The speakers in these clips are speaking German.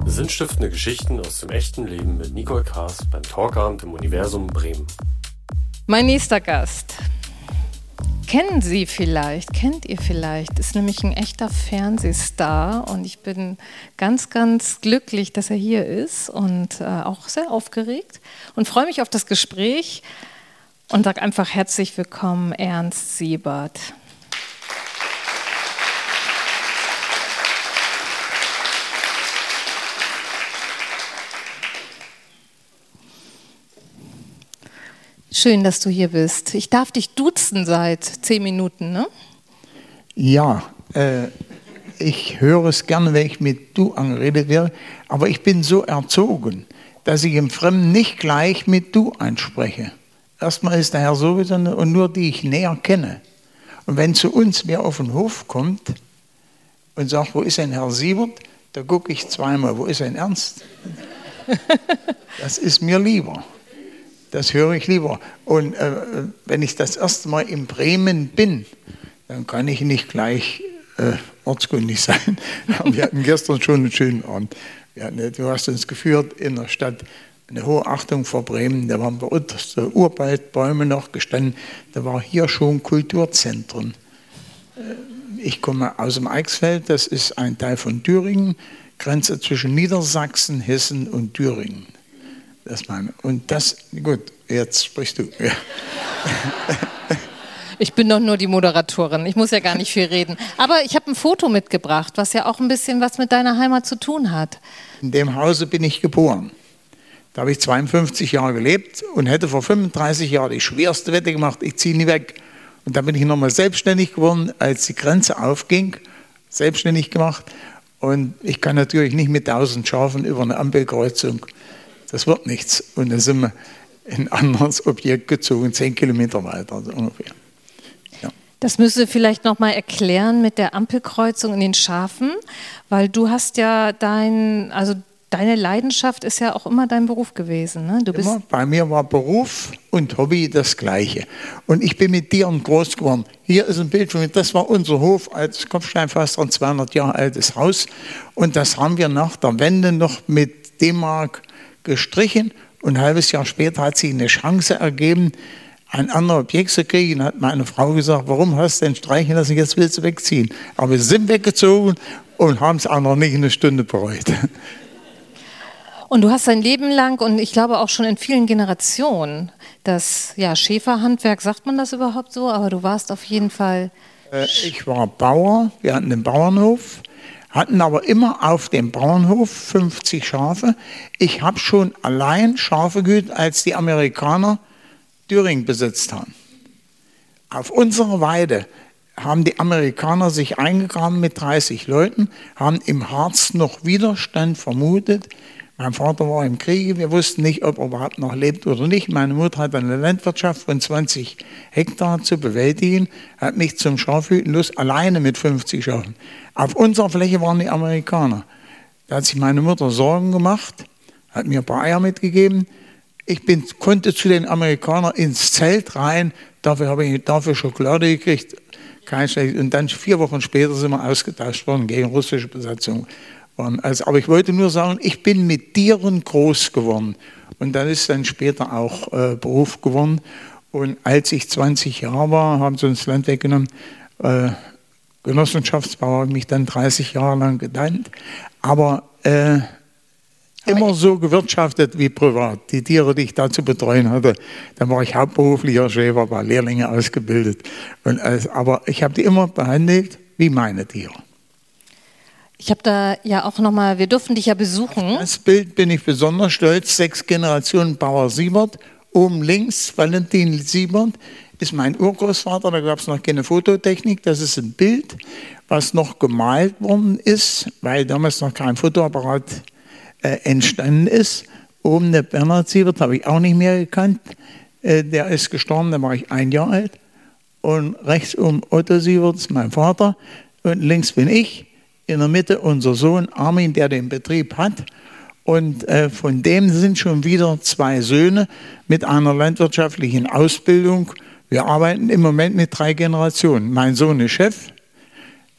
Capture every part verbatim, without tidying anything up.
Sinnstiftende Geschichten aus dem echten Leben mit Nicole Kaas beim Talkabend im Universum Bremen. Mein nächster Gast. Kennen Sie vielleicht, kennt ihr vielleicht, ist nämlich ein echter Fernsehstar und ich bin ganz, ganz glücklich, dass er hier ist und äh, auch sehr aufgeregt und freue mich auf das Gespräch und sage einfach herzlich willkommen, Ernst Siebert. Schön, dass du hier bist. Ich darf dich duzen seit zehn Minuten, ne? Ja, äh, ich höre es gerne, wenn ich mit du angeredet werde, aber ich bin so erzogen, dass ich im Fremden nicht gleich mit du anspreche. Erstmal ist der Herr sowieso und nur die ich näher kenne. Und wenn zu uns wer auf den Hof kommt und sagt, wo ist denn Herr Siebert, da gucke ich zweimal, wo ist denn Ernst? Das ist mir lieber. Das höre ich lieber. Und äh, wenn ich das erste Mal in Bremen bin, dann kann ich nicht gleich äh, ortskundig sein. Wir hatten gestern schon einen schönen Abend. Wir hatten, du hast uns geführt in der Stadt, eine hohe Achtung vor Bremen. Da waren bei uns Urwaldbäume noch gestanden. Da war hier schon Kulturzentren. Äh, ich komme aus dem Eichsfeld, das ist ein Teil von Thüringen, Grenze zwischen Niedersachsen, Hessen und Thüringen. Das meine. Und das, gut, jetzt sprichst du. Ja. Ich bin doch nur die Moderatorin, ich muss ja gar nicht viel reden. Aber ich habe ein Foto mitgebracht, was ja auch ein bisschen was mit deiner Heimat zu tun hat. In dem Hause bin ich geboren. Da habe ich zweiundfünfzig Jahre gelebt und hätte vor fünfunddreißig Jahren die schwerste Wette gemacht, ich ziehe nie weg. Und dann bin ich nochmal selbstständig geworden, als die Grenze aufging, selbstständig gemacht. Und ich kann natürlich nicht mit tausend Schafen über eine Ampelkreuzung. Das wird nichts. Und dann sind wir in ein anderes Objekt gezogen, zehn Kilometer weiter also ungefähr. Ja. Das müsst ihr vielleicht noch mal erklären mit der Ampelkreuzung in den Schafen, weil du hast ja dein, also deine Leidenschaft ist ja auch immer dein Beruf gewesen. Ne? Du bist immer, bei mir war Beruf und Hobby das Gleiche. Und ich bin mit Tieren groß geworden. Hier ist ein Bild von mir, das war unser Hof als Kopfsteinpflaster, ein zweihundert Jahre altes Haus. Und das haben wir nach der Wende noch mit D-Mark gestrichen und ein halbes Jahr später hat sich eine Chance ergeben, ein anderes Objekt zu kriegen. Hat meine Frau gesagt, warum hast du denn streichen lassen, jetzt willst du wegziehen. Aber wir sind weggezogen und haben es auch noch nicht eine Stunde bereut. Und du hast dein Leben lang und ich glaube auch schon in vielen Generationen das ja, Schäferhandwerk, sagt man das überhaupt so? Aber du warst auf jeden Fall... Äh, ich war Bauer, wir hatten einen Bauernhof. Hatten aber immer auf dem Bauernhof fünfzig Schafe. Ich habe schon allein Schafe gehütet, als die Amerikaner Thüringen besetzt haben. Auf unserer Weide haben die Amerikaner sich eingegraben mit dreißig Leuten, haben im Harz noch Widerstand vermutet. Mein Vater war im Kriege, wir wussten nicht, ob er überhaupt noch lebt oder nicht. Meine Mutter hat eine Landwirtschaft von zwanzig Hektar zu bewältigen, hat mich zum Schafhüten los, alleine mit fünfzig Schafen. Auf unserer Fläche waren die Amerikaner. Da hat sich meine Mutter Sorgen gemacht, hat mir ein paar Eier mitgegeben. Ich bin, konnte zu den Amerikanern ins Zelt rein, dafür habe ich dafür Schokolade gekriegt. Kein Schlecht. Und dann vier Wochen später sind wir ausgetauscht worden gegen russische Besatzung. Also, aber ich wollte nur sagen, ich bin mit Tieren groß geworden. Und dann ist dann später auch äh, Beruf geworden. Und als ich zwanzig Jahre war, haben sie uns das Land weggenommen. Äh, Genossenschaftsbauer, habe ich mich dann dreißig Jahre lang gedeiht. Aber äh, immer so gewirtschaftet wie privat. Die Tiere, die ich da zu betreuen hatte, dann war ich hauptberuflicher Schäfer, war Lehrlinge ausgebildet. Und, äh, aber ich habe die immer behandelt wie meine Tiere. Ich habe da ja auch nochmal, wir durften dich ja besuchen. Auf das Bild bin ich besonders stolz, sechs Generationen Bauer Siebert. Oben links, Valentin Siebert, ist mein Urgroßvater, da gab es noch keine Fototechnik. Das ist ein Bild, was noch gemalt worden ist, weil damals noch kein Fotoapparat äh, entstanden ist. Oben der Bernhard Siebert, habe ich auch nicht mehr gekannt. Äh, der ist gestorben, da war ich ein Jahr alt. Und rechts oben Otto Siebert, mein Vater. Und links bin ich. In der Mitte unser Sohn Armin, der den Betrieb hat. Und äh, von dem sind schon wieder zwei Söhne mit einer landwirtschaftlichen Ausbildung. Wir arbeiten im Moment mit drei Generationen. Mein Sohn ist Chef,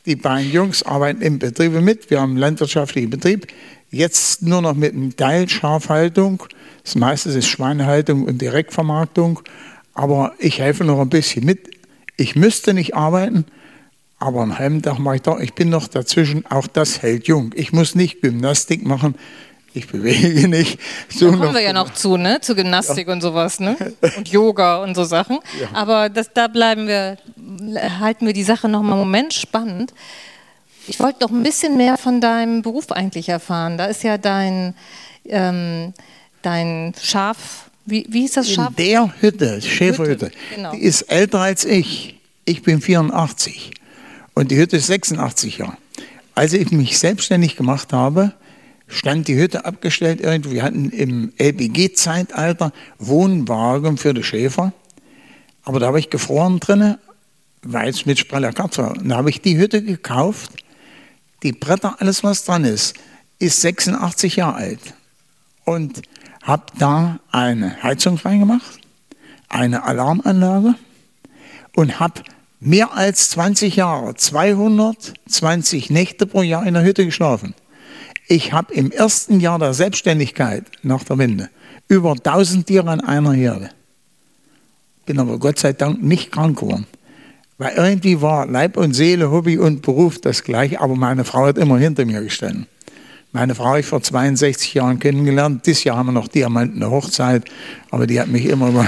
Die beiden Jungs arbeiten im Betrieb mit. Wir haben einen landwirtschaftlichen Betrieb. Jetzt nur noch mit einem Teil Schafhaltung. Das meiste ist Schweinehaltung und Direktvermarktung. Aber ich helfe noch ein bisschen mit. Ich müsste nicht arbeiten, aber einen halben Tag mache ich doch. Ich bin noch dazwischen. Auch das hält jung. Ich muss nicht Gymnastik machen. Ich bewege nicht. So da kommen wir ja noch zu, ne? Zu Gymnastik ja. und sowas, ne? Und Yoga und so Sachen. Ja. Aber das, da bleiben wir, halten wir die Sache noch mal einen Moment spannend. Ich wollte noch ein bisschen mehr von deinem Beruf eigentlich erfahren. Da ist ja dein, ähm, dein Schaf, wie, wie hieß das Schaf? In der Hütte, Schäferhütte, Hütte, genau. Die ist älter als ich. Ich bin vierundachtzig und die Hütte ist sechsundachtzig Jahre. Als ich mich selbstständig gemacht habe, stand die Hütte abgestellt irgendwo. Wir hatten im L P G-Zeitalter Wohnwagen für die Schäfer. Aber da habe ich gefroren drin, weil es mit Sprellerkart war. Und da habe ich die Hütte gekauft. Die Bretter, alles was dran ist, ist sechsundachtzig Jahre alt. Und habe da eine Heizung reingemacht, eine Alarmanlage und habe mehr als zwanzig Jahre, zweihundertzwanzig Nächte pro Jahr in der Hütte geschlafen. Ich habe im ersten Jahr der Selbstständigkeit nach der Wende über tausend Tiere an einer Herde. Bin aber Gott sei Dank nicht krank geworden. Weil irgendwie war Leib und Seele, Hobby und Beruf das gleiche, aber meine Frau hat immer hinter mir gestanden. Meine Frau habe ich vor zweiundsechzig Jahren kennengelernt. Dieses Jahr haben wir noch Diamanten eine Hochzeit, aber die hat mich immer über...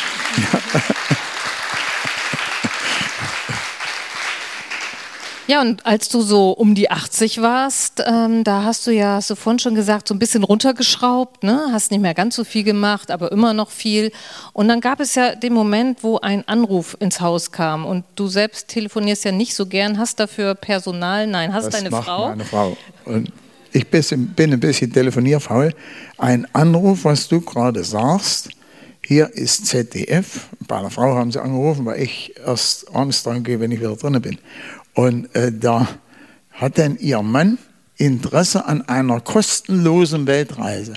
Ja, und als du so um die achtzig warst, ähm, da hast du ja, hast du vorhin schon gesagt, so ein bisschen runtergeschraubt, ne? Hast nicht mehr ganz so viel gemacht, aber immer noch viel. Und dann gab es ja den Moment, wo ein Anruf ins Haus kam und du selbst telefonierst ja nicht so gern, hast dafür Personal, nein, hast das deine macht Frau. Meine Frau. Und ich bin ein bisschen telefonierfaul. Ein Anruf, was du gerade sagst, hier ist Z D F. Bei der Frau haben sie angerufen, weil ich erst abends dran gehe, wenn ich wieder drin bin. Und äh, da hat dann ihr Mann Interesse an einer kostenlosen Weltreise.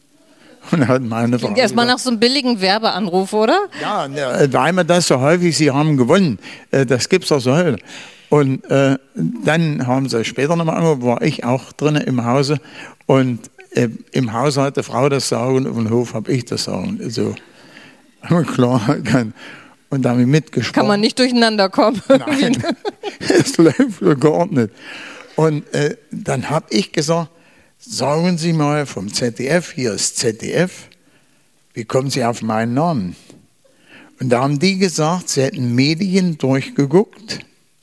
Und hat meine Frau erstmal nach so einem billigen Werbeanruf, oder? Ja, weil man das so häufig, sie haben gewonnen. Äh, das gibt es doch so heute. Und äh, dann haben sie später nochmal angerufen, war ich auch drin im Hause. Und äh, im Haus hat die Frau das Sagen, auf dem Hof habe ich das Sagen. So, klar, kann. Und da habe ich mitgesprochen. Kann man nicht durcheinander kommen. Nein, es läuft geordnet. Und äh, dann habe ich gesagt, sagen Sie mal vom Z D F, hier ist Z D F, wie kommen Sie auf meinen Namen? Und da haben die gesagt, sie hätten Medien durchgeguckt.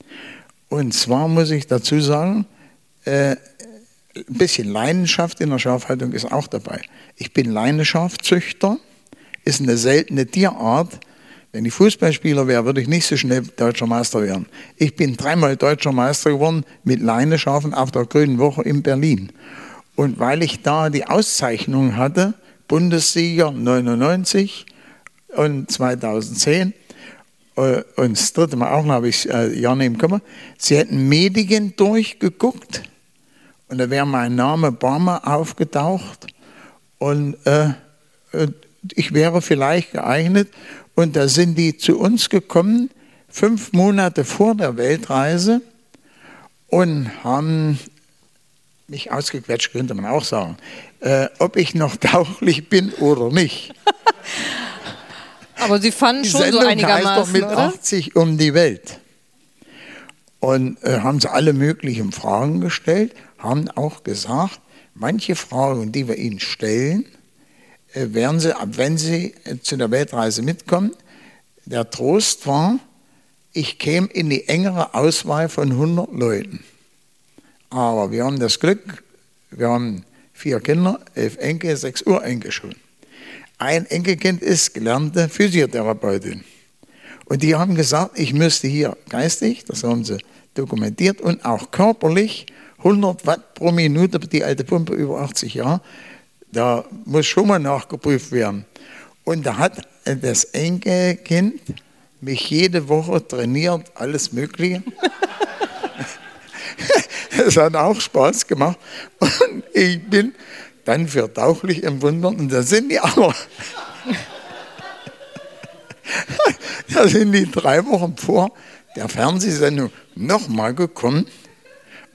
Und zwar muss ich dazu sagen, äh, ein bisschen Leidenschaft in der Schafhaltung ist auch dabei. Ich bin Leineschafzüchter, ist eine seltene Tierart. Wenn ich Fußballspieler wäre, würde ich nicht so schnell deutscher Meister werden. Ich bin dreimal deutscher Meister geworden mit Leineschafen auf der Grünen Woche in Berlin. Und weil ich da die Auszeichnung hatte, Bundessieger neunundneunzig und zweitausendzehn, und das dritte Mal auch noch, habe ich äh, ja nicht bekommen, sie hätten Medien durchgeguckt und da wäre mein Name Barmer aufgetaucht und äh, ich wäre vielleicht geeignet. Und da sind die zu uns gekommen, fünf Monate vor der Weltreise und haben mich ausgequetscht, könnte man auch sagen, äh, ob ich noch tauglich bin oder nicht. Aber Sie fanden schon so einigermaßen, heißt doch mit oder? achtzig um die Welt. Und äh, haben sie alle möglichen Fragen gestellt, haben auch gesagt, manche Fragen, die wir ihnen stellen, werden sie, ab wenn sie zu der Weltreise mitkommen, der Trost war, ich käme in die engere Auswahl von hundert Leuten. Aber wir haben das Glück, wir haben vier Kinder, elf Enkel, sechs Urenkel schon. Ein Enkelkind ist gelernte Physiotherapeutin. Und die haben gesagt, ich müsste hier geistig, das haben sie dokumentiert, und auch körperlich hundert Watt pro Minute, die alte Pumpe über achtzig Jahre, da muss schon mal nachgeprüft werden. Und da hat das Enkelkind mich jede Woche trainiert, alles Mögliche. Es hat auch Spaß gemacht. Und ich bin dann für tauglich empfunden. Und da sind die aber, da sind die drei Wochen vor der Fernsehsendung nochmal gekommen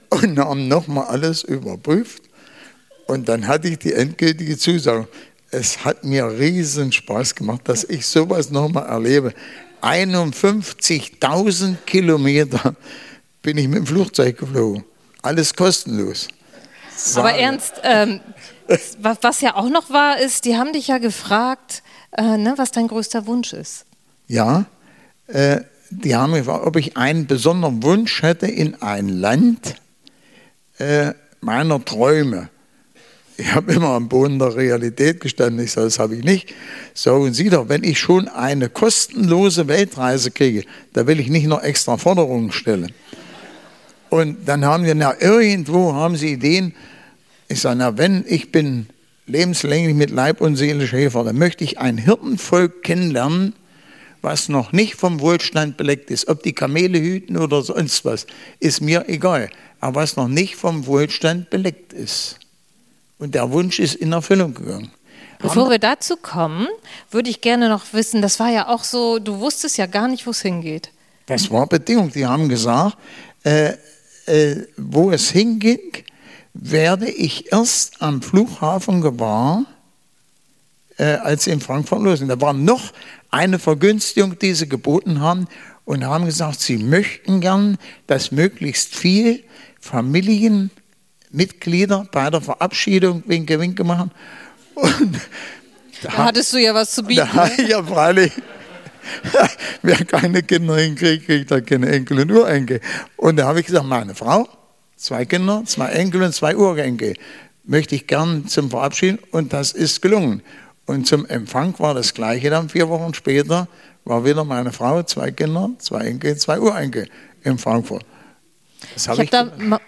und haben nochmal alles überprüft. Und dann hatte ich die endgültige Zusage. Es hat mir riesen Spaß gemacht, dass ich sowas nochmal erlebe. einundfünfzigtausend Kilometer bin ich mit dem Flugzeug geflogen. Alles kostenlos. Aber Ernst, ähm, was, was ja auch noch war, ist, die haben dich ja gefragt, äh, ne, was dein größter Wunsch ist. Ja, äh, die haben gefragt, ob ich einen besonderen Wunsch hätte in ein Land äh, meiner Träume. Ich habe immer am Boden der Realität gestanden. Ich sage, das habe ich nicht. Sagen Sie doch, wenn ich schon eine kostenlose Weltreise kriege, da will ich nicht noch extra Forderungen stellen. Und dann haben wir, na, irgendwo haben Sie Ideen. Ich sage, na, wenn ich bin lebenslänglich mit Leib und Seele Schäfer, dann möchte ich ein Hirtenvolk kennenlernen, was noch nicht vom Wohlstand beleckt ist. Ob die Kamele hüten oder sonst was, ist mir egal. Aber was noch nicht vom Wohlstand beleckt ist. Und der Wunsch ist in Erfüllung gegangen. Bevor Haben wir dazu kommen, würde ich gerne noch wissen, das war ja auch so, du wusstest ja gar nicht, wo es hingeht. Das war Bedingung. Die haben gesagt, äh, äh, wo es hinging, werde ich erst am Flughafen gewahr, äh, als sie in Frankfurt losging. Da war noch eine Vergünstigung, die sie geboten haben und haben gesagt, sie möchten gern, dass möglichst viel Familienmitglieder bei der Verabschiedung Winke Winke machen. Und da, da hattest du ja was zu bieten. Da, ja, freilich. Wer keine Kinder hinkriegt, kriegt da keine Enkel und Urenkel. Und da habe ich gesagt, meine Frau, zwei Kinder, zwei Enkel und zwei Urenkel, möchte ich gern zum Verabschieden und das ist gelungen. Und zum Empfang war das Gleiche dann, vier Wochen später war wieder meine Frau, zwei Kinder, zwei Enkel, zwei Urenkel in Frankfurt. Das habe ich, hab ich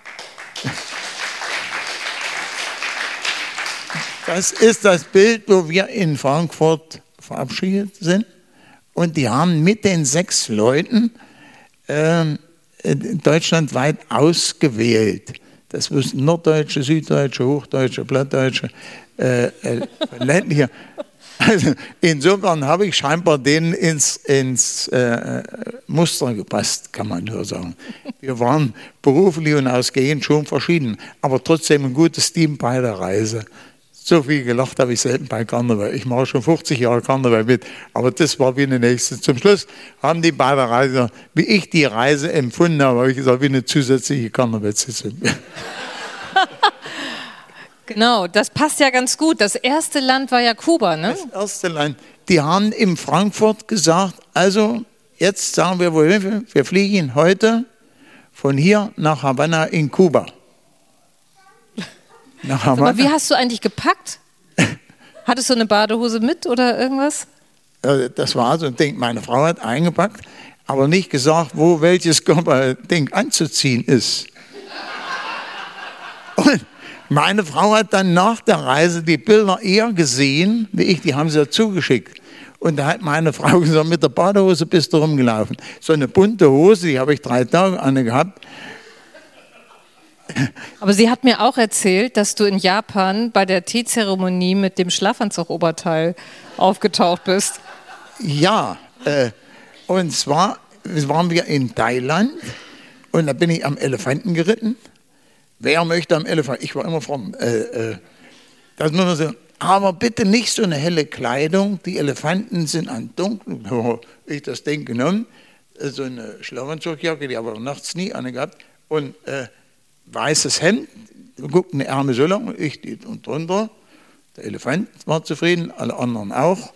Das ist das Bild, wo wir in Frankfurt verabschiedet sind. Und die haben mit den sechs Leuten äh, deutschlandweit ausgewählt. Das wussten Norddeutsche, Süddeutsche, Hochdeutsche, Plattdeutsche, äh, äh, ländliche. Also insofern habe ich scheinbar denen ins, ins äh, Muster gepasst, kann man nur sagen. Wir waren beruflich und ausgehend schon verschieden, aber trotzdem ein gutes Team bei der Reise. So viel gelacht habe ich selten bei Karneval. Ich mache schon fünfzig Jahre Karneval mit, aber das war wie eine nächste. Zum Schluss haben die bei der Reise, wie ich die Reise empfunden habe, habe ich gesagt, wie eine zusätzliche Karnevalssitzung. Genau, das passt ja ganz gut. Das erste Land war ja Kuba, ne? Das erste Land. Die haben in Frankfurt gesagt, also jetzt sagen wir, wohin, wir fliegen heute von hier nach Havanna in Kuba. Aber wie hast du eigentlich gepackt? Hattest du eine Badehose mit oder irgendwas? Das war so ein Ding. Meine Frau hat eingepackt, aber nicht gesagt, wo welches Körperding anzuziehen ist. Und meine Frau hat dann nach der Reise die Bilder eher gesehen, wie ich, die haben sie ja zugeschickt. Und da hat meine Frau gesagt, mit der Badehose bist du rumgelaufen. So eine bunte Hose, die habe ich drei Tage angehabt. Aber sie hat mir auch erzählt, dass du in Japan bei der Teezeremonie mit dem Schlafanzug-Oberteil aufgetaucht bist. Ja, äh, und zwar waren wir in Thailand und da bin ich am Elefanten geritten. Wer möchte am Elefanten? Ich war immer vorne. Äh, äh, das muss man so. Aber bitte nicht so eine helle Kleidung. Die Elefanten sind an dunkel. Ich das Ding genommen, so eine Schlafanzugjacke, die habe ich nachts nie angehabt und äh, weißes Hemd, guckten die Ärmel so lang, ich die und drunter. Der Elefant war zufrieden, alle anderen auch.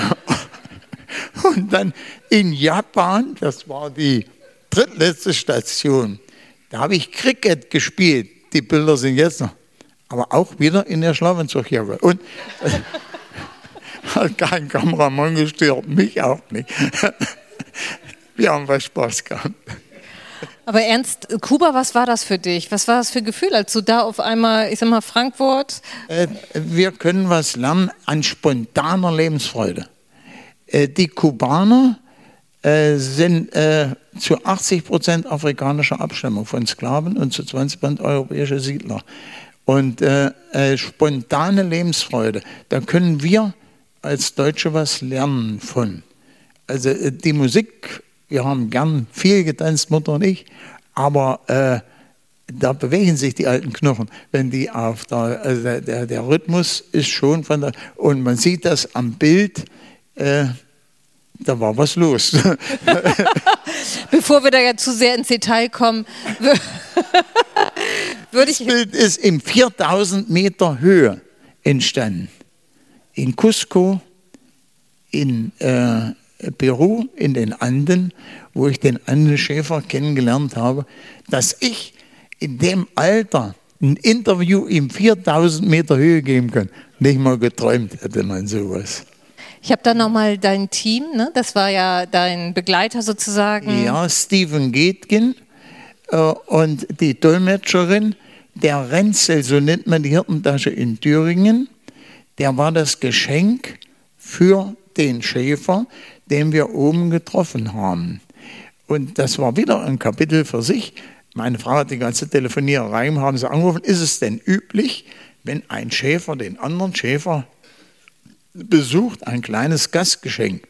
Und dann in Japan, das war die drittletzte Station, da habe ich Cricket gespielt. Die Bilder sind jetzt noch, aber auch wieder in der Schlafanzugjacke. Und äh, hat kein Kameramann gestört, mich auch nicht. Wir haben was Spaß gehabt. Aber Ernst, Kuba, was war das für dich? Was war das für ein Gefühl, als du da auf einmal, ich sag mal, Frankfurt? Äh, wir können was lernen an spontaner Lebensfreude. Äh, die Kubaner äh, sind äh, zu achtzig Prozent afrikanischer Abstammung von Sklaven und zu zwanzig Prozent europäische Siedler. Und äh, äh, spontane Lebensfreude, da können wir als Deutsche was lernen von. Also äh, die Musik, wir haben gern viel getanzt, Mutter und ich, aber äh, da bewegen sich die alten Knochen, wenn die auf der, also der, der, der Rhythmus ist schon von der, und man sieht das am Bild, äh, da war was los. Bevor wir da ja zu sehr ins Detail kommen, würde ich... Das Bild ist in viertausend Meter Höhe entstanden. In Cusco, in äh, Peru, in den Anden, wo ich den Andenschäfer kennengelernt habe, dass ich in dem Alter ein Interview in viertausend Meter Höhe geben kann. Nicht mal geträumt hätte man sowas. Ich habe da nochmal dein Team, ne? Das war ja dein Begleiter sozusagen. Ja, Steven Getgen äh, und die Dolmetscherin, der Renzel, so nennt man die Hirtentasche in Thüringen, der war das Geschenk für den Schäfer, den wir oben getroffen haben. Und das war wieder ein Kapitel für sich. Meine Frau hat die ganze Telefoniererei gemacht, haben sie angerufen, ist es denn üblich, wenn ein Schäfer den anderen Schäfer besucht, ein kleines Gastgeschenk?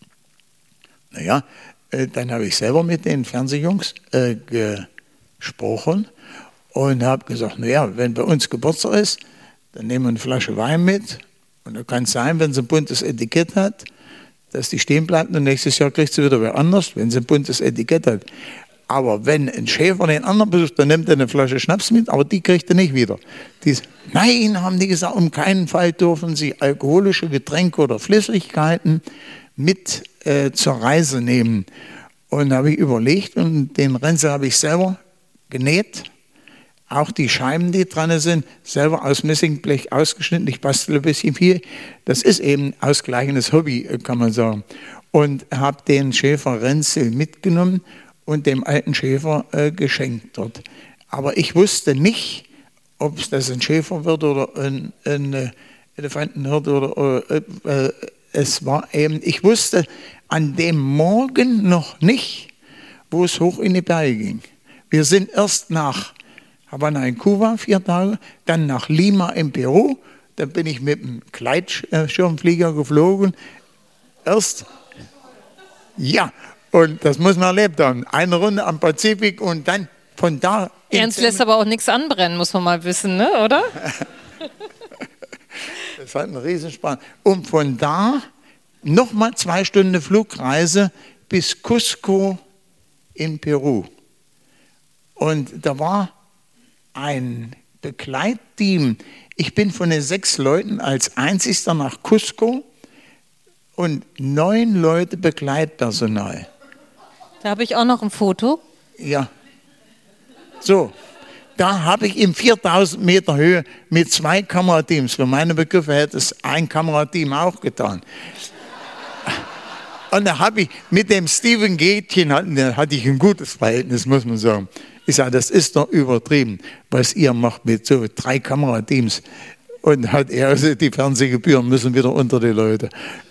Naja, äh, dann habe ich selber mit den Fernsehjungs äh, gesprochen und habe gesagt, naja, wenn bei uns Geburtstag ist, dann nehmen wir eine Flasche Wein mit und da kann es sein, wenn sie ein buntes Etikett hat, dass die stehen bleibt und nächstes Jahr kriegt sie wieder wer anders, wenn sie ein buntes Etikett hat. Aber wenn ein Schäfer den anderen besucht, dann nimmt er eine Flasche Schnaps mit, aber die kriegt er nicht wieder. Die, nein, haben die gesagt, um keinen Fall dürfen sie alkoholische Getränke oder Flüssigkeiten mit äh, zur Reise nehmen. Und da habe ich überlegt und den Renzel habe ich selber genäht. Auch die Scheiben, die dran sind, selber aus Messingblech ausgeschnitten. Ich bastle ein bisschen viel. Das ist eben ausgleichendes Hobby, kann man sagen. Und habe den Schäfer Renzel mitgenommen und dem alten Schäfer äh, geschenkt dort. Aber ich wusste nicht, ob das ein Schäfer wird oder ein, ein äh, Elefantenhirt oder äh, äh, es war eben, ich wusste an dem Morgen noch nicht, wo es hoch in die Berge ging. Wir sind erst nach Havanna in Kuba, vier Tage, dann nach Lima in Peru, dann bin ich mit dem Gleitschirmflieger geflogen. Erst, ja, und das muss man erlebt haben. Eine Runde am Pazifik und dann von da... Ernst lässt aber auch nichts anbrennen, muss man mal wissen, ne? Oder? Das hat einen Riesenspaß. Und von da nochmal zwei Stunden Flugreise bis Cusco in Peru. Und da war ein Begleitteam. Ich bin von den sechs Leuten als einzigster nach Cusco und neun Leute Begleitpersonal. Da habe ich auch noch ein Foto. Ja. So, da habe ich in viertausend Meter Höhe mit zwei Kamerateams, für meine Begriffe hätte es ein Kamerateam auch getan. Und da habe ich mit dem Steven Getgen, hatte, hatte ich ein gutes Verhältnis, muss man sagen. Ich sage, das ist doch übertrieben, was ihr macht mit so drei Kamerateams. Und hat er, also die Fernsehgebühren müssen wieder unter die Leute.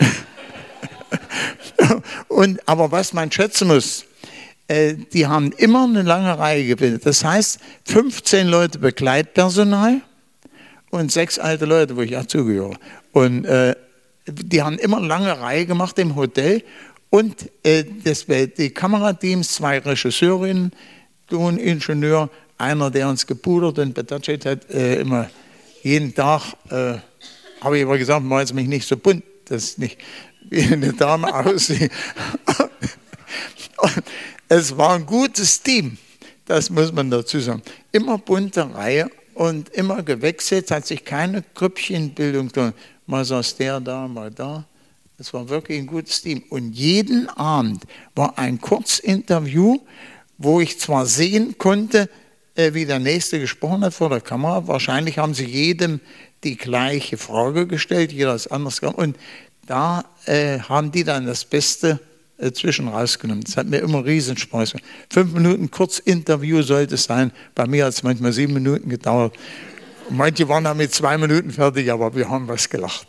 Und, aber was man schätzen muss, äh, die haben immer eine lange Reihe gebildet. Das heißt, fünfzehn Leute Begleitpersonal und sechs alte Leute, wo ich auch zugehöre. Und äh, die haben immer eine lange Reihe gemacht im Hotel. Und äh, das, die Kamerateams, zwei Regisseurinnen, du ein Ingenieur, einer, der uns gepudert und betatscht hat, äh, immer jeden Tag, äh, habe ich aber gesagt, mach jetzt mich nicht so bunt, dass ich nicht wie eine Dame aussehe. Es war ein gutes Team, das muss man dazu sagen. Immer bunte Reihe und immer gewechselt, hat sich keine Grüppchenbildung getan. Mal saß der da, mal da. Es war wirklich ein gutes Team. Und jeden Abend war ein Kurzinterview, wo ich zwar sehen konnte, wie der Nächste gesprochen hat vor der Kamera. Wahrscheinlich haben sie jedem die gleiche Frage gestellt, jeder ist anders gegangen. Und da äh, haben die dann das Beste äh, zwischen rausgenommen. Das hat mir immer riesen Spaß gemacht. Fünf Minuten Kurzinterview sollte es sein. Bei mir hat es manchmal sieben Minuten gedauert. Und manche waren dann mit zwei Minuten fertig, aber wir haben was gelacht.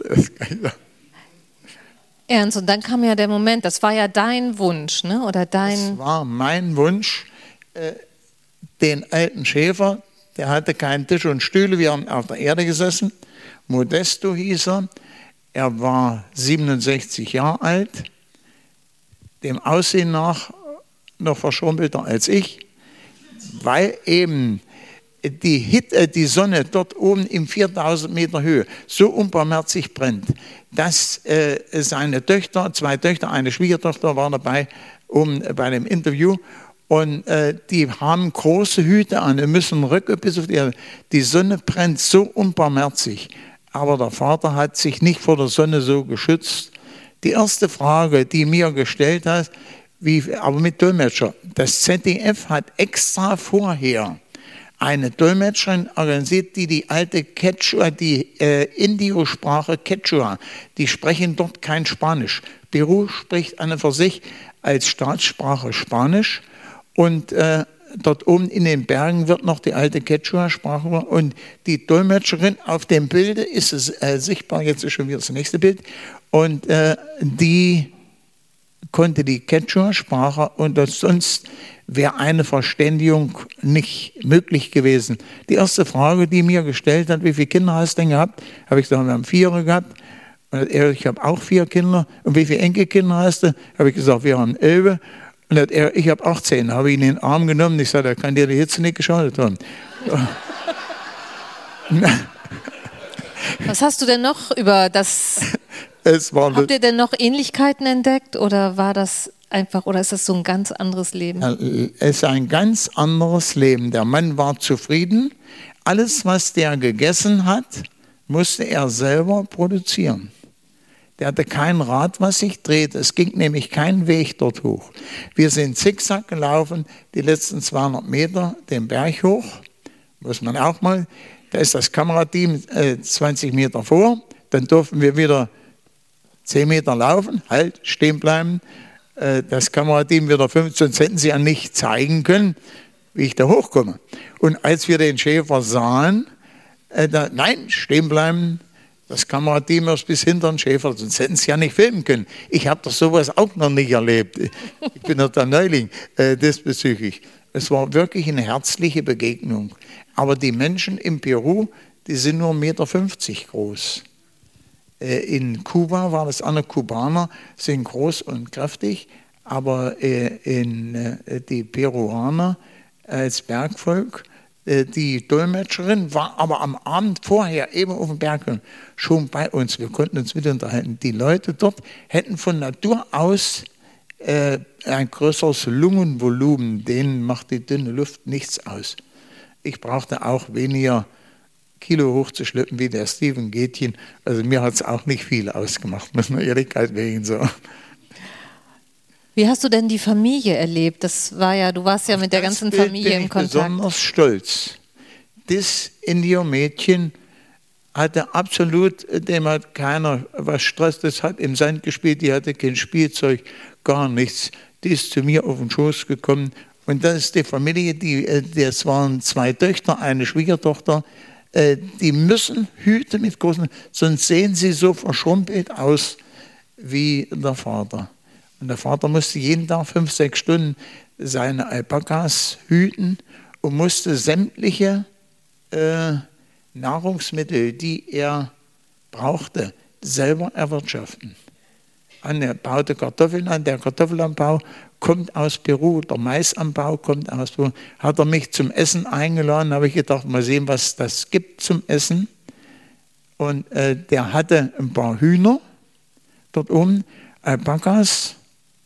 Ernst, und dann kam ja der Moment, das war ja dein Wunsch, ne? Oder dein... Das war mein Wunsch, äh, den alten Schäfer, der hatte keinen Tisch und Stühle, wir haben auf der Erde gesessen. Modesto hieß er. Er war siebenundsechzig Jahre alt, dem Aussehen nach noch verschrumpelter als ich, weil eben die, Hit, äh, die Sonne dort oben in viertausend Meter Höhe so unbarmherzig brennt, dass äh, seine Töchter, zwei Töchter, eine Schwiegertochter war dabei um, äh, bei dem Interview, und äh, die haben große Hüte an, die müssen Röcke bis auf die Erde. Die Sonne brennt so unbarmherzig, aber der Vater hat sich nicht vor der Sonne so geschützt. Die erste Frage, die mir gestellt hat, wie, aber mit Dolmetscher, das Z D F hat extra vorher eine Dolmetscherin organisiert, die die alte Quechua, die äh, Indio-Sprache Quechua, die sprechen dort kein Spanisch. Peru spricht an und für sich als Staatssprache Spanisch, und äh, dort oben in den Bergen wird noch die alte Quechua-Sprache, und die Dolmetscherin auf dem Bild ist es äh, sichtbar, jetzt ist schon wieder das nächste Bild, und äh, die konnte die Quechua-Sprache, und sonst wäre eine Verständigung nicht möglich gewesen. Die erste Frage, die mir gestellt hat, wie viele Kinder hast du denn gehabt? Habe ich gesagt, wir haben vier gehabt. Und er, ich habe auch vier Kinder. Und wie viele Enkelkinder hast du? Habe ich gesagt, wir haben elf. Und er, ich habe achtzehn. Habe ich ihn in den Arm genommen. Ich sagte, da kann dir die Hitze nicht geschadet haben. Was hast du denn noch über das... Es war Habt ihr denn noch Ähnlichkeiten entdeckt, oder war das einfach, oder ist das so ein ganz anderes Leben? Es ist ein ganz anderes Leben. Der Mann war zufrieden. Alles, was der gegessen hat, musste er selber produzieren. Der hatte kein Rad, was sich dreht. Es ging nämlich kein Weg dort hoch. Wir sind zickzack gelaufen, die letzten zweihundert Meter den Berg hoch. Muss man auch mal. Da ist das Kamerateam äh, zwanzig Meter vor. Dann durften wir wieder zehn Meter laufen, halt, stehen bleiben. Das Kamerateam wieder fünf, sonst hätten sie ja nicht zeigen können, wie ich da hochkomme. Und als wir den Schäfer sahen, äh, da, nein, stehen bleiben, das Kamerateam erst bis hinter den Schäfer, sonst hätten sie ja nicht filmen können. Ich habe doch sowas auch noch nicht erlebt. Ich bin doch der Neuling äh, diesbezüglich. Es war wirklich eine herzliche Begegnung. Aber die Menschen in Peru, die sind nur eins Komma fünfzig Meter groß. In Kuba waren das andere Kubaner, sind groß und kräftig, aber in die Peruaner als Bergvolk, die Dolmetscherin war aber am Abend vorher eben auf dem Berg schon bei uns. Wir konnten uns mit unterhalten. Die Leute dort hätten von Natur aus ein größeres Lungenvolumen, denen macht die dünne Luft nichts aus. Ich brauchte auch weniger Kilo hochzuschleppen wie der Steven Gätjen. Also mir hat es auch nicht viel ausgemacht, muss man Ehrlichkeit wegen so. Wie hast du denn die Familie erlebt? Das war ja, du warst ja mit der ganzen Familie in Kontakt. Ich bin besonders stolz. Das Indio-Mädchen hatte absolut, dem hat keiner was Stress, das hat im Sand gespielt, die hatte kein Spielzeug, gar nichts. Die ist zu mir auf den Schoß gekommen, und das ist die Familie, die, das waren zwei Töchter, eine Schwiegertochter. Die müssen Hüte mit großen, sonst sehen sie so verschrumpelt aus wie der Vater. Und der Vater musste jeden Tag fünf, sechs Stunden seine Alpakas hüten und musste sämtliche äh, Nahrungsmittel, die er brauchte, selber erwirtschaften. Er baute Kartoffeln an, der Kartoffelanbau kommt aus Peru, der Maisanbau kommt aus Peru. Hat er mich zum Essen eingeladen, habe ich gedacht, mal sehen, was das gibt zum Essen. Und äh, der hatte ein paar Hühner dort oben, Alpakas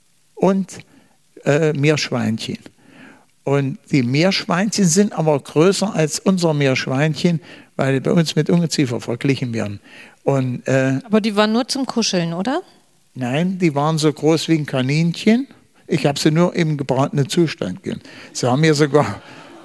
und äh, Meerschweinchen. Und die Meerschweinchen sind aber größer als unser Meerschweinchen, weil die bei uns mit Ungeziefer verglichen werden. Und, äh, aber die waren nur zum Kuscheln, oder? Nein, die waren so groß wie ein Kaninchen. Ich habe sie nur im gebratenen Zustand gegeben. Sie haben mir sogar,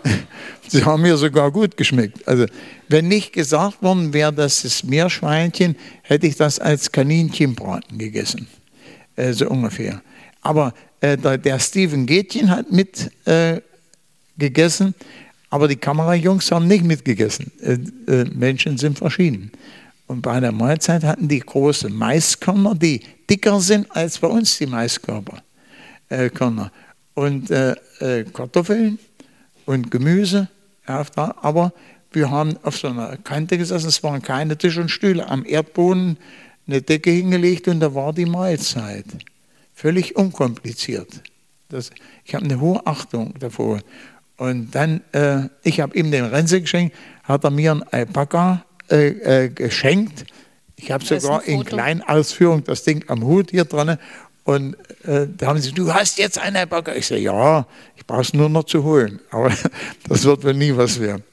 sie haben mir sogar gut geschmeckt. Also, wenn nicht gesagt worden wäre, das ist Meerschweinchen, hätte ich das als Kaninchenbraten gegessen. Äh, so ungefähr. Aber äh, der, der Steven Gätjen hat mit äh, gegessen, aber die Kamerajungs haben nicht mitgegessen. Äh, äh, Menschen sind verschieden. Und bei der Mahlzeit hatten die große Maiskörner, die dicker sind als bei uns die Maiskörner. Äh, Körner. Und äh, äh, Kartoffeln und Gemüse. Ja, aber wir haben auf so einer Kante gesessen, es waren keine Tische und Stühle. Am Erdboden eine Decke hingelegt und da war die Mahlzeit. Völlig unkompliziert. Das, ich habe eine hohe Achtung davor. Und dann, äh, ich habe ihm den Rense geschenkt, hat er mir einen Alpaka äh, äh, geschenkt. Ich habe sogar in kleinen Ausführung das Ding am Hut hier dran. Und äh, da haben sie gesagt, du hast jetzt einen Alpaka. Ich sage, ja, ich brauche es nur noch zu holen. Aber das wird wohl nie was werden.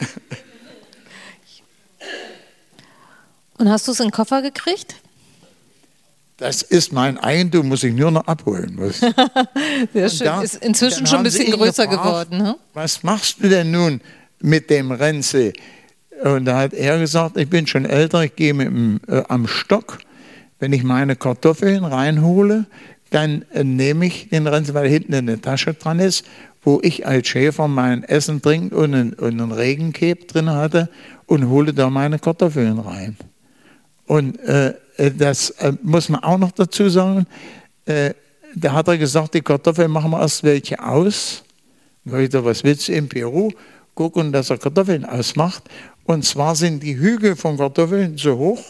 Und hast du es in den Koffer gekriegt? Das ist mein Eigentum, muss ich nur noch abholen. Sehr schön. Da, ist inzwischen schon ein bisschen größer gefragt, geworden. Ne? Was machst du denn nun mit dem Rense? Und da hat er gesagt, ich bin schon älter, ich gehe mit dem, äh, am Stock. Wenn ich meine Kartoffeln reinhole, dann äh, nehme ich den Rense, weil hinten eine Tasche dran ist, wo ich als Schäfer mein Essen trinke und einen, und einen Regenkeb drin hatte und hole da meine Kartoffeln rein. Und äh, das äh, muss man auch noch dazu sagen, äh, da hat er gesagt, die Kartoffeln machen wir erst welche aus. Da habe ich gesagt, was willst du in Peru? Gucken, dass er Kartoffeln ausmacht. Und zwar sind die Hügel von Kartoffeln so hoch.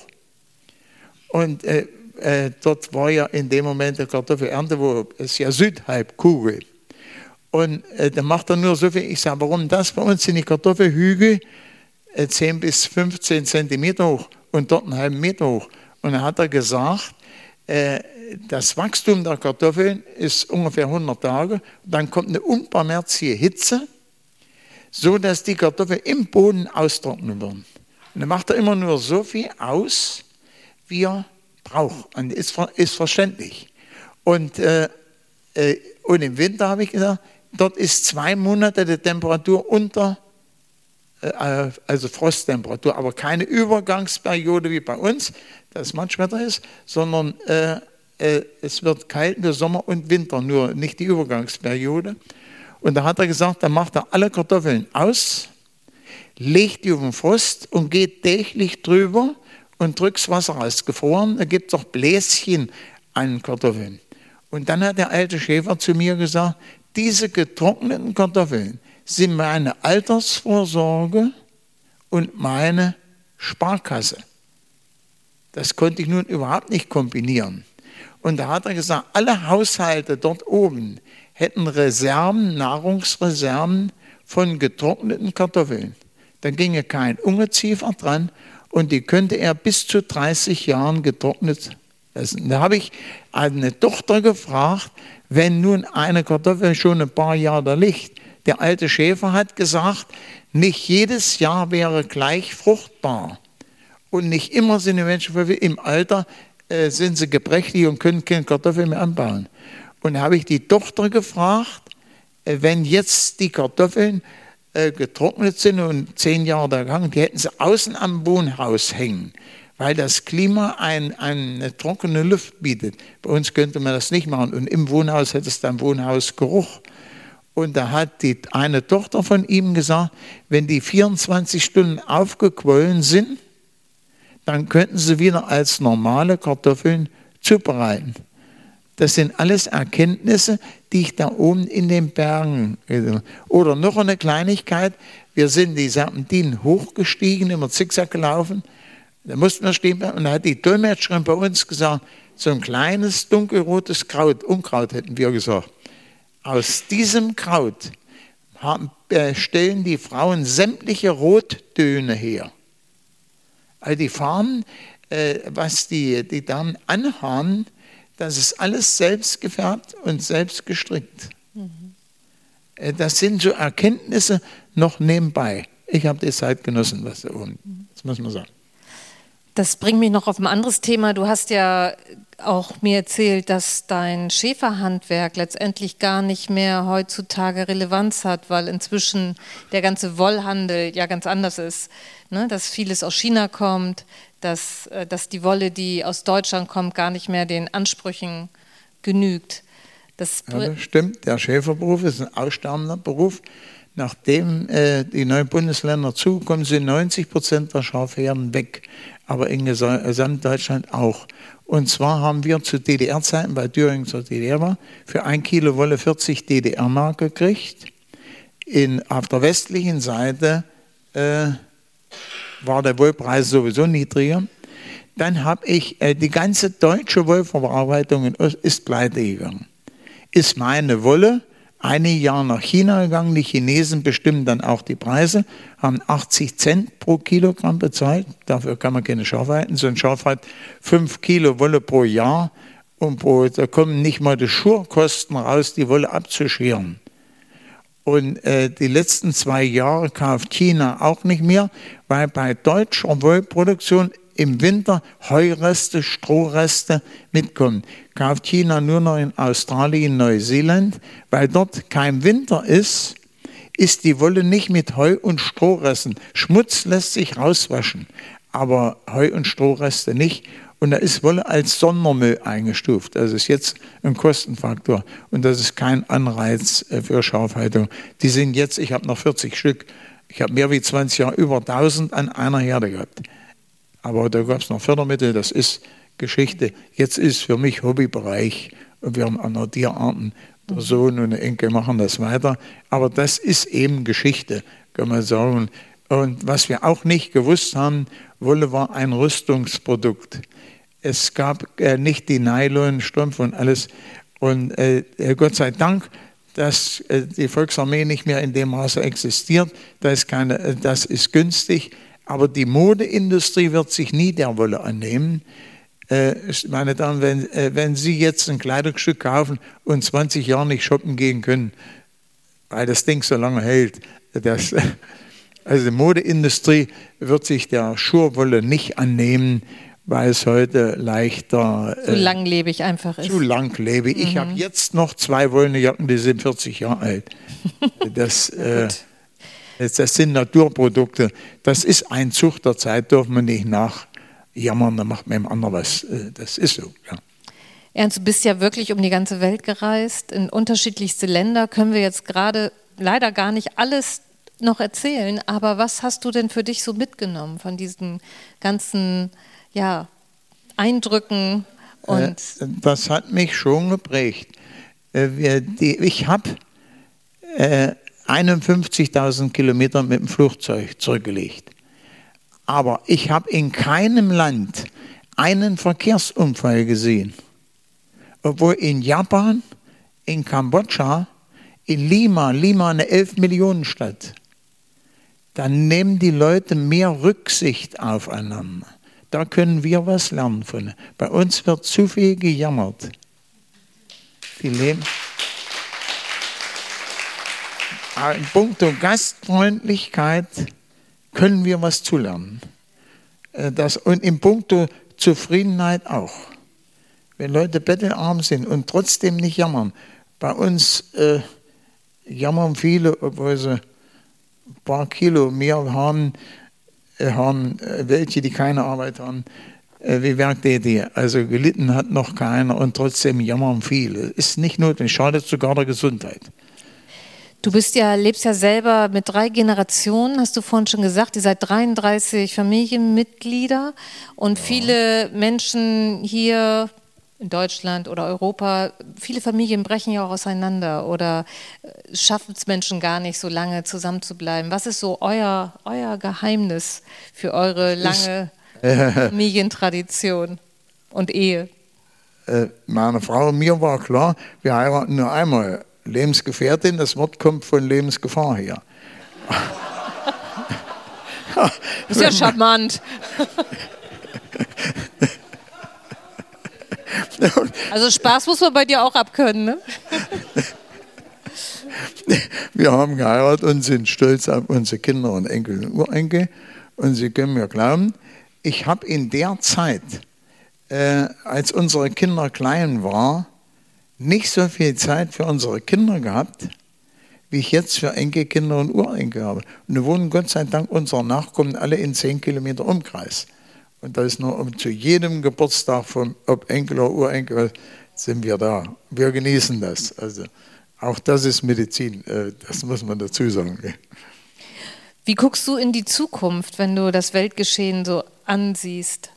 Und äh, äh, dort war ja in dem Moment der Kartoffelernte, wo es ja Südhalbkugel. Und äh, da macht er nur so viel. Ich sage, warum das? Bei uns sind die Kartoffelhügel äh, zehn bis fünfzehn Zentimeter hoch und dort einen halben Meter hoch. Und dann hat er gesagt, äh, das Wachstum der Kartoffeln ist ungefähr hundert Tage. Dann kommt eine unbarmherzige Hitze, so dass die Kartoffeln im Boden austrocknen würden. Und dann macht er immer nur so viel aus, wie er braucht. Und ist, ist verständlich. Und, äh, äh, und im Winter habe ich gesagt, dort ist zwei Monate die Temperatur unter, äh, also Frosttemperatur, aber keine Übergangsperiode wie bei uns, das Matschwetter ist, sondern äh, äh, es wird kalt für Sommer und Winter, nur nicht die Übergangsperiode. Und da hat er gesagt, da macht er alle Kartoffeln aus, legt die auf den Frost und geht täglich drüber und drückt das Wasser aus. Gefroren, da gibt es auch Bläschen an Kartoffeln. Und dann hat der alte Schäfer zu mir gesagt, diese getrockneten Kartoffeln sind meine Altersvorsorge und meine Sparkasse. Das konnte ich nun überhaupt nicht kombinieren. Und da hat er gesagt, alle Haushalte dort oben hätten Reserven, Nahrungsreserven von getrockneten Kartoffeln. Dann ginge kein Ungeziefer dran und die könnte er bis zu dreißig Jahren getrocknet essen. Da habe ich eine Tochter gefragt, wenn nun eine Kartoffel schon ein paar Jahre da liegt. Der alte Schäfer hat gesagt, nicht jedes Jahr wäre gleich fruchtbar. Und nicht immer sind die Menschen im Alter, äh, sind sie gebrechlich und können keine Kartoffeln mehr anbauen. Und da habe ich die Tochter gefragt, äh, wenn jetzt die Kartoffeln äh, getrocknet sind und zehn Jahre da gegangen, die hätten sie außen am Wohnhaus hängen, weil das Klima ein, eine trockene Luft bietet. Bei uns könnte man das nicht machen. Und im Wohnhaus hätte es dann Wohnhausgeruch. Und da hat die eine Tochter von ihm gesagt, wenn die vierundzwanzig Stunden aufgequollen sind, dann könnten sie wieder als normale Kartoffeln zubereiten. Das sind alles Erkenntnisse, die ich da oben in den Bergen. Oder noch eine Kleinigkeit, wir sind die Serpentinen hochgestiegen, immer Zickzack gelaufen, da mussten wir stehen bleiben und da hat die Dolmetscherin bei uns gesagt, so ein kleines dunkelrotes Kraut, Unkraut hätten wir gesagt. Aus diesem Kraut haben, äh, stellen die Frauen sämtliche Rottöne her. Also die Farben, äh, was die, die Damen anhaben, das ist alles selbst gefärbt und selbst gestrickt. Mhm. Äh, das sind so Erkenntnisse noch nebenbei. Ich habe die Zeit genossen, was da oben, das muss man sagen. Das bringt mich noch auf ein anderes Thema. Du hast ja auch mir erzählt, dass dein Schäferhandwerk letztendlich gar nicht mehr heutzutage Relevanz hat, weil inzwischen der ganze Wollhandel ja ganz anders ist. Ne? Dass vieles aus China kommt, dass, dass die Wolle, die aus Deutschland kommt, gar nicht mehr den Ansprüchen genügt. Das, ja, das stimmt. Der Schäferberuf ist ein aussterbender Beruf. Nachdem äh, die neuen Bundesländer zukommen, sind neunzig Prozent der Schafherden weg. Aber in Gesamtdeutschland auch. Und zwar haben wir zu D D R-Zeiten, weil Thüringen zur D D R war, für ein Kilo Wolle vierzig D D R-Mark gekriegt. In, auf der westlichen Seite äh, war der Wollpreis sowieso niedriger. Dann habe ich, äh, die ganze deutsche Wollverarbeitung ist pleite gegangen. Ist meine Wolle einige Jahre nach China gegangen. Die Chinesen bestimmen dann auch die Preise, haben achtzig Cent pro Kilogramm bezahlt. Dafür kann man keine Schafe halten. So ein Schaf hat fünf Kilo Wolle pro Jahr und pro, da kommen nicht mal die Schurkosten raus, die Wolle abzuscheren. Und äh, die letzten zwei Jahre kauft China auch nicht mehr, weil bei deutscher Wollproduktion im Winter Heureste, Strohreste mitkommen. Kauft China nur noch in Australien, Neuseeland, weil dort kein Winter ist, ist die Wolle nicht mit Heu- und Strohresten. Schmutz lässt sich rauswaschen, aber Heu- und Strohreste nicht. Und da ist Wolle als Sondermüll eingestuft. Das ist jetzt ein Kostenfaktor und das ist kein Anreiz für Schafhaltung. Die sind jetzt, ich habe noch vierzig Stück, ich habe mehr wie zwanzig Jahre, über tausend an einer Herde gehabt. Aber da gab es noch Fördermittel, das ist Geschichte. Jetzt ist für mich Hobbybereich und wir haben auch noch Tierarten. Der Sohn und der Enkel machen das weiter. Aber das ist eben Geschichte, kann man sagen. Und was wir auch nicht gewusst haben, Wolle war ein Rüstungsprodukt. Es gab äh, nicht die Nylonstrümpfe und alles. Und äh, Gott sei Dank, dass äh, die Volksarmee nicht mehr in dem Maße existiert. Das ist, keine, äh, das ist günstig. Aber die Modeindustrie wird sich nie der Wolle annehmen. Äh, meine Damen, wenn, äh, wenn Sie jetzt ein Kleidungsstück kaufen und zwanzig Jahre nicht shoppen gehen können, weil das Ding so lange hält, das, also die Modeindustrie wird sich der Schurwolle nicht annehmen, weil es heute leichter... Zu äh, langlebig einfach ist. Zu langlebig. Mhm. Ich habe jetzt noch zwei wollene Jacken, die sind vierzig Jahre alt. Das... äh, Das sind Naturprodukte. Das ist ein Zug der Zeit, dürfen wir nicht nachjammern, da macht man im anderen was. Das ist so, ja. Ernst, du bist ja wirklich um die ganze Welt gereist, in unterschiedlichste Länder. Können wir jetzt gerade leider gar nicht alles noch erzählen, aber was hast du denn für dich so mitgenommen von diesen ganzen ja, Eindrücken? Und das hat mich schon geprägt. Ich habe... einundfünfzigtausend Kilometer mit dem Flugzeug zurückgelegt. Aber ich habe in keinem Land einen Verkehrsunfall gesehen. Obwohl in Japan, in Kambodscha, in Lima, Lima eine elf Millionen Stadt, da nehmen die Leute mehr Rücksicht aufeinander. Da können wir was lernen von. Bei uns wird zu viel gejammert. Die leben... In puncto Gastfreundlichkeit können wir was zulernen. Das, und in puncto Zufriedenheit auch. Wenn Leute bettelarm sind und trotzdem nicht jammern. Bei uns äh, jammern viele, obwohl sie ein paar Kilo mehr haben, äh, haben äh, welche, die keine Arbeit haben, äh, wie Werktätige. Also gelitten hat noch keiner und trotzdem jammern viele. Ist nicht notwendig, schadet sogar der Gesundheit. Du bist ja, lebst ja selber mit drei Generationen, hast du vorhin schon gesagt. Ihr seid dreiunddreißig Familienmitglieder und ja. Viele Menschen hier in Deutschland oder Europa, viele Familien brechen ja auch auseinander oder schaffen es Menschen gar nicht, so lange zusammen zu bleiben. Was ist so euer, euer Geheimnis für eure lange ist, äh, Familientradition und Ehe? Äh, meine Frau und mir war klar, wir heiraten nur einmal. Lebensgefährtin, das Wort kommt von Lebensgefahr her. Das ist ja charmant. Also Spaß muss man bei dir auch abkönnen, ne? Wir haben geheiratet und sind stolz auf unsere Kinder und Enkel und Urenkel. Und Sie können mir glauben, ich habe in der Zeit, äh, als unsere Kinder klein waren, nicht so viel Zeit für unsere Kinder gehabt, wie ich jetzt für Enkelkinder und Urenkel habe. Und wir wohnen Gott sei Dank unsere Nachkommen alle in zehn Kilometer Umkreis. Und da ist nur um, zu jedem Geburtstag, von, ob Enkel oder Urenkel, sind wir da. Wir genießen das. Also auch das ist Medizin, das muss man dazu sagen. Wie guckst du in die Zukunft, wenn du das Weltgeschehen so ansiehst?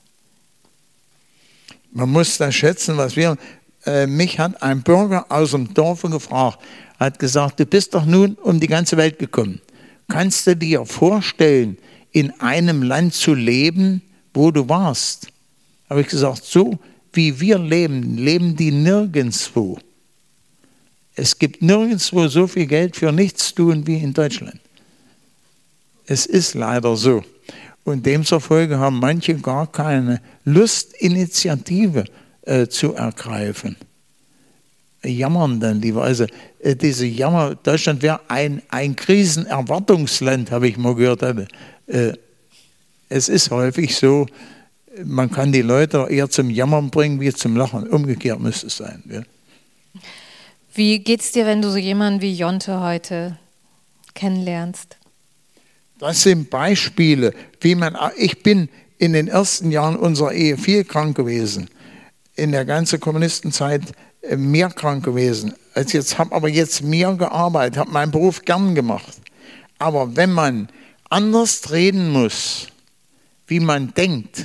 Man muss das schätzen, was wir... Mich hat ein Bürger aus dem Dorf gefragt, hat gesagt, du bist doch nun um die ganze Welt gekommen. Kannst du dir vorstellen, in einem Land zu leben, wo du warst? Habe ich gesagt, so wie wir leben, leben die nirgendwo. Es gibt nirgendwo so viel Geld für Nichtstun wie in Deutschland. Es ist leider so. Und demzufolge haben manche gar keine Lust, Initiative äh, zu ergreifen. Jammern dann lieber. Also äh, diese Jammer, Deutschland wäre ein, ein Krisenerwartungsland, habe ich mal gehört. Äh, es ist häufig so, man kann die Leute eher zum Jammern bringen, wie zum Lachen. Umgekehrt müsste es sein. Ja. Wie geht's dir, wenn du so jemanden wie Jonte heute kennenlernst? Das sind Beispiele, wie man, ich bin in den ersten Jahren unserer Ehe viel krank gewesen, in der ganzen Kommunistenzeit mehr krank gewesen als jetzt, habe aber jetzt mehr gearbeitet, habe meinen Beruf gern gemacht. Aber wenn man anders reden muss, wie man denkt,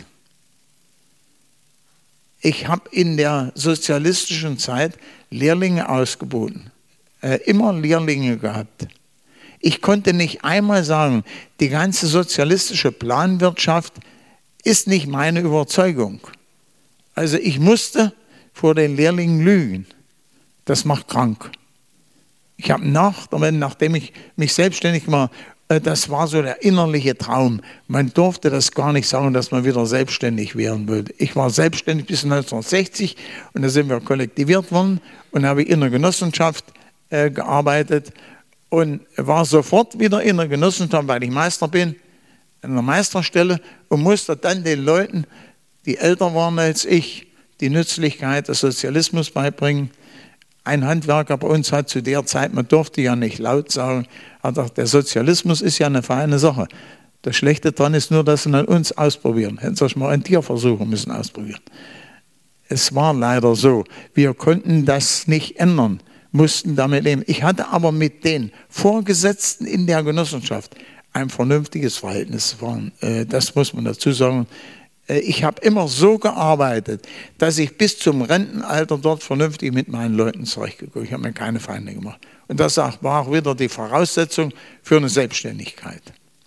ich habe in der sozialistischen Zeit Lehrlinge ausgeboten, äh, immer Lehrlinge gehabt. Ich konnte nicht einmal sagen, die ganze sozialistische Planwirtschaft ist nicht meine Überzeugung. Also ich musste vor den Lehrlingen lügen. Das macht krank. Ich habe nach, nachdem ich mich selbstständig gemacht habe, das war so der innerliche Traum. Man durfte das gar nicht sagen, dass man wieder selbstständig werden würde. Ich war selbstständig bis neunzehnhundertsechzig und da sind wir kollektiviert worden und habe in der Genossenschaft äh, gearbeitet. Und war sofort wieder in der Genossenschaft, weil ich Meister bin, an der Meisterstelle und musste dann den Leuten, die älter waren als ich, die Nützlichkeit des Sozialismus beibringen. Ein Handwerker bei uns hat zu der Zeit, man durfte ja nicht laut sagen, hat gesagt, der Sozialismus ist ja eine feine Sache. Das Schlechte daran ist nur, dass sie an uns ausprobieren. Hätten sie euch mal einen Tierversuch müssen ausprobieren. Es war leider so, wir konnten das nicht ändern. Mussten damit leben. Ich hatte aber mit den Vorgesetzten in der Genossenschaft ein vernünftiges Verhältnis. Das muss man dazu sagen. Ich habe immer so gearbeitet, dass ich bis zum Rentenalter dort vernünftig mit meinen Leuten zurechtgekommen bin. Ich habe mir keine Feinde gemacht. Und das war auch wieder die Voraussetzung für eine Selbstständigkeit.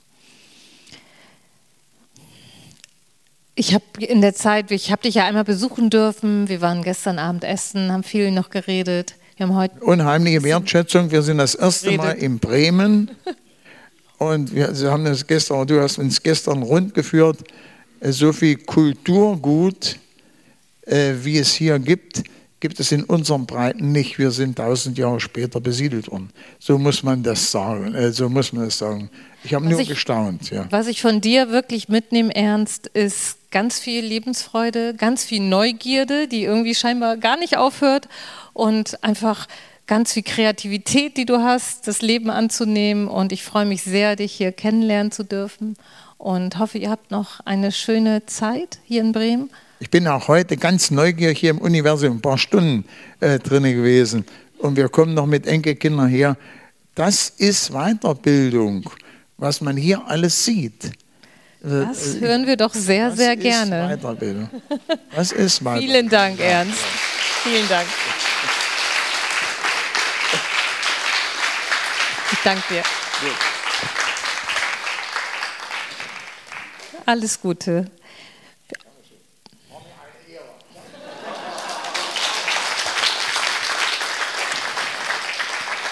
Ich habe in der Zeit, ich habe dich ja einmal besuchen dürfen. Wir waren gestern Abend essen, haben viel noch geredet. Wir haben heute unheimliche Wertschätzung. Wir sind das erste redet. Mal in Bremen und wir Sie haben das gestern, du hast uns gestern rund geführt. So viel Kulturgut, äh, wie es hier gibt, gibt es in unseren Breiten nicht. Wir sind tausend Jahre später besiedelt worden. So muss man das sagen. Äh, so muss man das sagen. Ich habe nur ich, gestaunt. Ja. Was ich von dir wirklich mitnehme, Ernst, ist ganz viel Lebensfreude, ganz viel Neugierde, die irgendwie scheinbar gar nicht aufhört und einfach ganz viel Kreativität, die du hast, das Leben anzunehmen. Und ich freue mich sehr, dich hier kennenlernen zu dürfen und hoffe, ihr habt noch eine schöne Zeit hier in Bremen. Ich bin auch heute ganz neugierig hier im Universum, ein paar Stunden äh, drin gewesen und wir kommen noch mit Enkelkindern her. Das ist Weiterbildung, was man hier alles sieht. Das äh, hören wir doch sehr, das sehr ist gerne. Weiterbildung. Das ist Weiterbildung. Vielen Dank, Ernst. Vielen Dank. Ich danke dir. Alles Gute.